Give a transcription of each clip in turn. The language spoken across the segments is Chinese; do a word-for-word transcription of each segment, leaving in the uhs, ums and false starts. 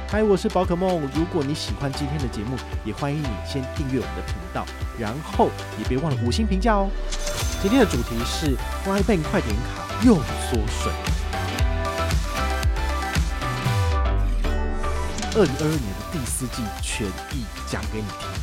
嗨，我是宝可梦。如果你喜欢今天的节目，也欢迎你先订阅我们的频道，然后也别忘了五星评价哦。今天的主题是 Line Bank 快点卡又缩水。二零二二年的第四季全意讲给你听。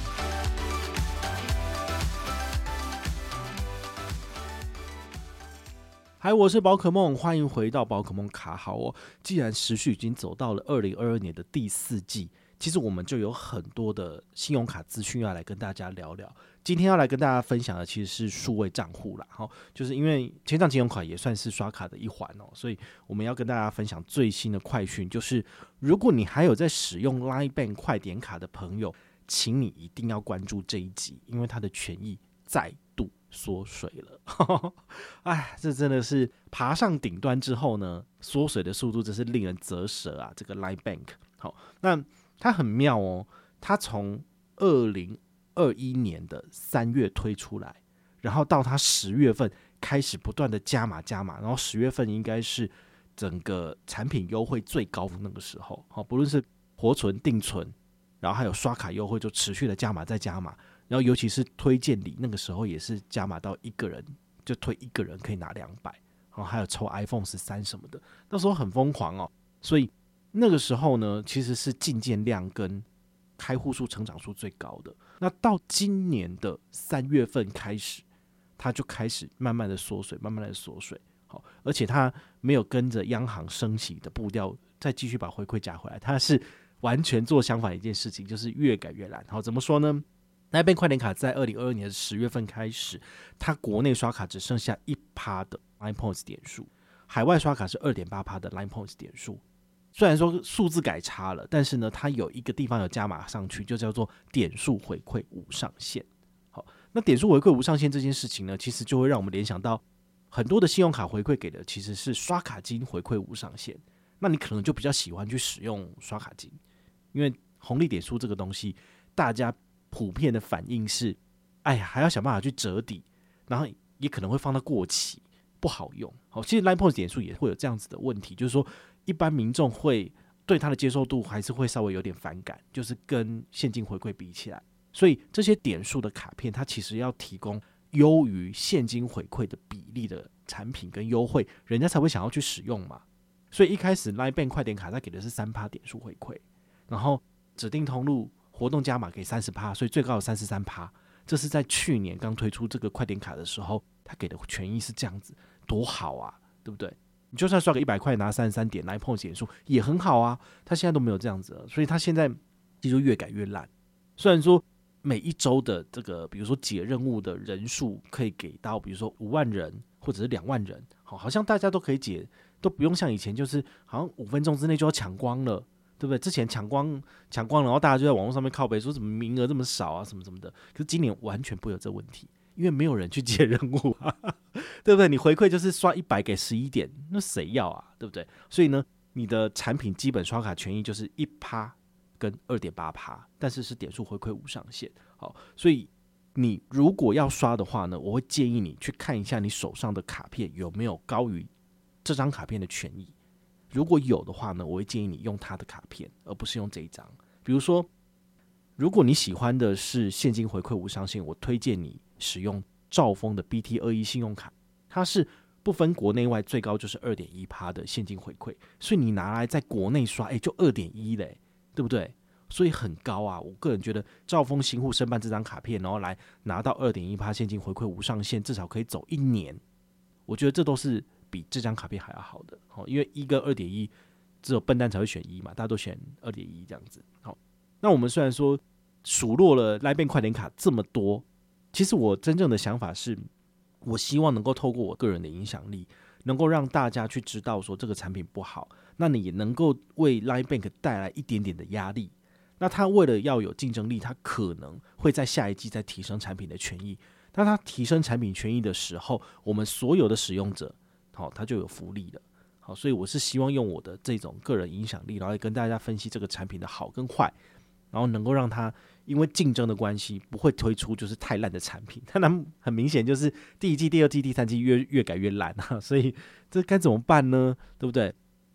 嗨，我是宝可梦，欢迎回到宝可梦卡好哦。既然时序已经走到了二零二二年的第四季，其实我们就有很多的信用卡资讯要来跟大家聊聊。今天要来跟大家分享的其实是数位账户啦，就是因为千账金融卡也算是刷卡的一环哦，所以我们要跟大家分享最新的快讯，就是如果你还有在使用 Line Bank 快点卡的朋友，请你一定要关注这一集，因为它的权益再度缩水了。哎，这真的是爬上顶端之后呢，缩水的速度真是令人啧舌啊！这个 Line Bank， 好，那它很妙哦，它从二零二一年的三月推出来，然后到它十月份开始不断的加码加码，然后十月份应该是整个产品优惠最高的那个时候，好，不论是活存、定存，然后还有刷卡优惠，就持续的加码再加码。然后尤其是推荐礼，那个时候也是加码到一个人就推一个人可以拿两百，然后还有抽 iPhone 十三什么的，那时候很疯狂哦。所以那个时候呢，其实是进件量跟开户数成长数最高的。那到今年的三月份开始，它就开始慢慢的缩水，慢慢的缩水。好，而且它没有跟着央行升息的步调再继续把回馈加回来，它是完全做相反的一件事情，就是越改越烂。好，怎么说呢？Line Bank 快点卡在二零二二年的十月份开始，它国内刷卡只剩下 百分之一 的 Line Points 点数，海外刷卡是 百分之二点八 的 Line Points 点数。虽然说数字改差了，但是呢，它有一个地方有加码上去，就叫做点数回馈无上限。好，那点数回馈无上限这件事情呢，其实就会让我们联想到很多的信用卡回馈给的其实是刷卡金回馈无上限。那你可能就比较喜欢去使用刷卡金，因为红利点数这个东西，大家普遍的反应是，哎呀，还要想办法去折抵，然后也可能会放到过期，不好用。好，其实 Line Points 点数也会有这样子的问题，就是说一般民众会对它的接受度还是会稍微有点反感，就是跟现金回馈比起来，所以这些点数的卡片，它其实要提供优于现金回馈的比例的产品跟优惠，人家才会想要去使用嘛。所以一开始 Line Bank 快点卡它给的是 百分之三 点数回馈，然后指定通路活动加码给 百分之三十， 所以最高有 百分之三十三， 这是在去年刚推出这个快点卡的时候他给的权益是这样子，多好啊，对不对？你就算刷个一百块拿三十三点 Line Points 点数也很好啊，他现在都没有这样子了，所以他现在其实越改越烂。虽然说每一周的这个比如说解任务的人数可以给到比如说五万人或者是两万人，好像大家都可以解，都不用像以前就是好像五分钟之内就要抢光了，对不对？之前抢光抢光，然后大家就在网络上面靠北说怎么名额这么少啊，什么什么的。可是今年完全不会有这问题，因为没有人去接任务啊，对不对？你回馈就是刷一百给十一点，那谁要啊，对不对？所以呢，你的产品基本刷卡权益就是一趴跟 百分之二点八， 但是是点数回馈无上限。好，所以你如果要刷的话呢，我会建议你去看一下你手上的卡片有没有高于这张卡片的权益。如果有的话呢，我会建议你用他的卡片，而不是用这一张。比如说，如果你喜欢的是现金回馈无上限，我推荐你使用兆丰的 B T 二十一 信用卡，它是不分国内外最高就是 百分之二点一 的现金回馈，所以你拿来在国内刷，哎，就 二点一 嘞，对不对？所以很高啊！我个人觉得兆丰新户申办这张卡片，然后来拿到 百分之二点一 现金回馈无上限，至少可以走一年，我觉得这都是比这张卡片还要好的。因为一跟 二点一 只有笨蛋才会选一嘛，大家都选 二点一 这样子。好，那我们虽然说数落了 Line Bank 快点卡这么多，其实我真正的想法是，我希望能够透过我个人的影响力，能够让大家去知道说这个产品不好，那你也能够为 Line Bank 带来一点点的压力。那他为了要有竞争力，他可能会在下一季再提升产品的权益。当他提升产品权益的时候，我们所有的使用者，好，他就有福利了。好，所以我是希望用我的这种个人影响力，然后跟大家分析这个产品的好跟坏，然后能够让他因为竞争的关系不会推出就是太烂的产品。但很明显就是第一季、第二季、第三季越越改越烂啊，所以这该怎么办呢？对不对？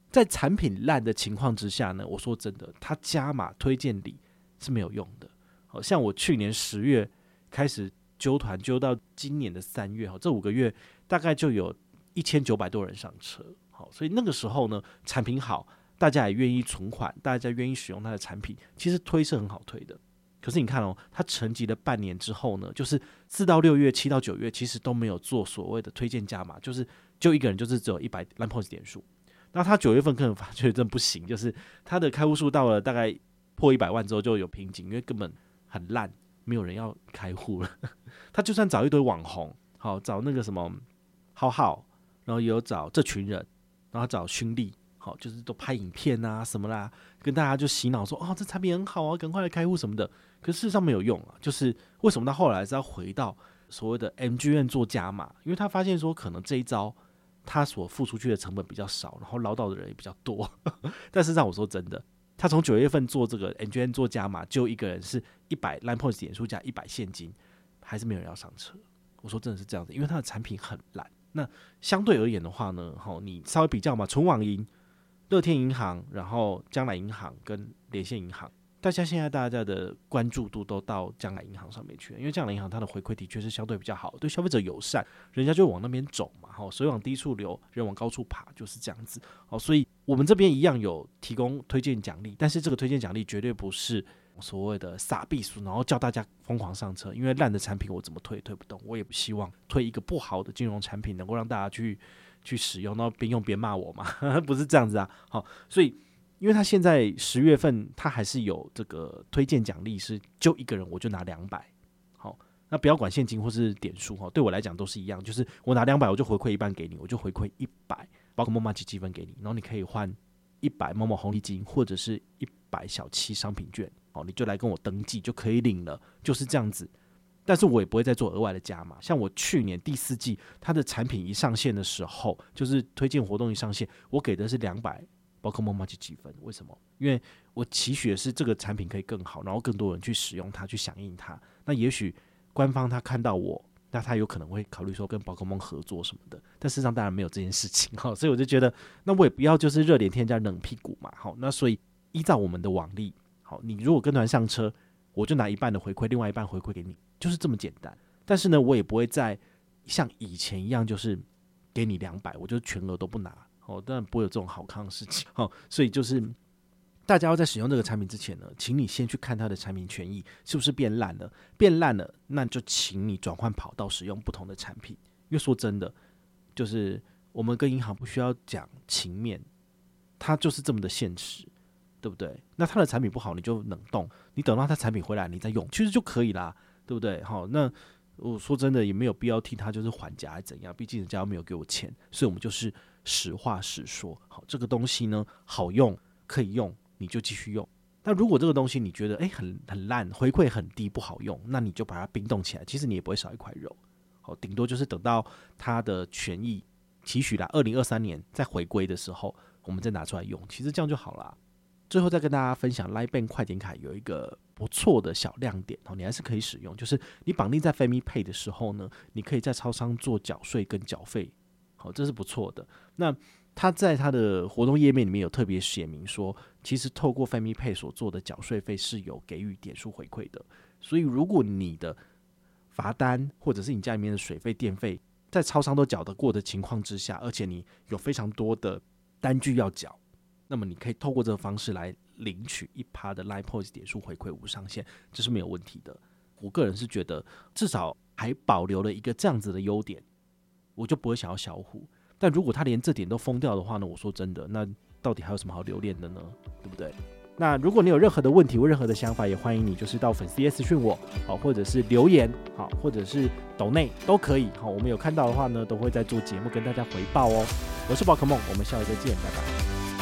在产品烂的情况之下呢，我说真的，它加码推荐礼是没有用的。好像我去年十月开始揪团，揪到今年的三月，这五个月大概就有一千九百多人上车。好，所以那个时候呢，产品好，大家也愿意存款，大家愿意使用它的产品，其实推是很好推的。可是你看哦，它沉寂了半年之后呢，就是四到六月、七到九月，其实都没有做所谓的推荐加码，就是就一个人就是只有一百 Line Points 点数。那他九月份可能发觉真不行，就是他的开户数到了大概破一百万之后就有瓶颈，因为根本很烂，没有人要开户了。他就算找一堆网红，好找那个什么浩浩，然后也有找这群人，然后找勋力。好，就是都拍影片啊什么啦，跟大家就洗脑说哦，这产品很好啊，赶快来开户什么的。可是事实上没有用啊，就是为什么到后来是要回到所谓的 M G M 做加码？因为他发现说，可能这一招他所付出去的成本比较少，然后捞到的人也比较多。但是让我说真的，他从九月份做这个 M G M 做加码，就一个人是一百 Line Points 点数加一百现金，还是没有人要上车。我说真的是这样子，因为他的产品很烂。那相对而言的话呢，你稍微比较嘛，纯网银。乐天银行，然后将来银行跟联线银行，大家现在大家的关注度都到将来银行上面去了，因为将来银行它的回馈的确是相对比较好，对消费者友善，人家就往那边走嘛，水往低处流，人往高处爬，就是这样子。所以我们这边一样有提供推荐奖励，但是这个推荐奖励绝对不是所谓的撒币数，然后叫大家疯狂上车，因为烂的产品我怎么推也推不动，我也不希望推一个不好的金融产品能够让大家去去使用，然后边用边骂我嘛，不是这样子啊。好，所以因为他现在十月份他还是有这个推荐奖励，是就一个人我就拿两百。好，那不要管现金或是点数，对我来讲都是一样，就是我拿两百我就回馈一半给你，我就回馈一百包括 Momo 积分给你，然后你可以换一百 Momo 红利金或者是一百小七商品券，好，你就来跟我登记就可以领了，就是这样子。但是我也不会再做额外的加码，像我去年第四季它的产品一上线的时候，就是推荐活动一上线，我给的是两百包括 Momo 积分。为什么？因为我期许的是这个产品可以更好，然后更多人去使用它，去响应它。那也许官方他看到我，那他有可能会考虑说跟宝可梦合作什么的，但事实上当然没有这件事情，所以我就觉得那我也不要就是热脸贴人家冷屁股嘛。好，那所以依照我们的往例，好，你如果跟团上车，我就拿一半的回馈，另外一半回馈给你，就是这么简单。但是呢，我也不会再像以前一样，就是给你两百，我就全额都不拿。哦，当然不会有这种好康的事情。哦，所以就是大家要在使用这个产品之前呢，请你先去看它的产品权益是不是变烂了。变烂了，那就请你转换跑道，使用不同的产品。因为说真的，就是我们跟银行不需要讲情面，它就是这么的现实。对不对？那他的产品不好，你就冷冻，你等到他产品回来，你再用，其实就可以啦，对不对？好，那我说真的也没有必要替他就是还价还是怎样，毕竟人家又没有给我钱，所以我们就是实话实说。好，这个东西呢好用可以用，你就继续用。那如果这个东西你觉得哎很很烂，回馈很低不好用，那你就把它冰冻起来，其实你也不会少一块肉。好，顶多就是等到它的权益期许啦，二零二三年再回归的时候，我们再拿出来用，其实这样就好啦。最后再跟大家分享 Line Bank 快点卡有一个不错的小亮点，你还是可以使用，就是你绑定在 Family Pay 的时候呢，你可以在超商做缴税跟缴费，好，这是不错的。那它在它的活动页面里面有特别写明说，其实透过 Family Pay 所做的缴税费是有给予点数回馈的，所以如果你的罚单或者是你家里面的水费电费在超商都缴得过的情况之下，而且你有非常多的单据要缴，那么你可以透过这个方式来领取 百分之一 的 Line Points 点数回馈无上限，这是没有问题的。我个人是觉得至少还保留了一个这样子的优点，我就不会想要小虎。但如果他连这点都封掉的话呢，我说真的，那到底还有什么好留恋的呢？对不对？那如果你有任何的问题或任何的想法，也欢迎你就是到粉丝页私讯我，好，或者是留言，好，或者是抖内都可以，好，我们有看到的话呢，都会在做节目跟大家回报哦。我是宝可梦，我们下回再见，拜拜。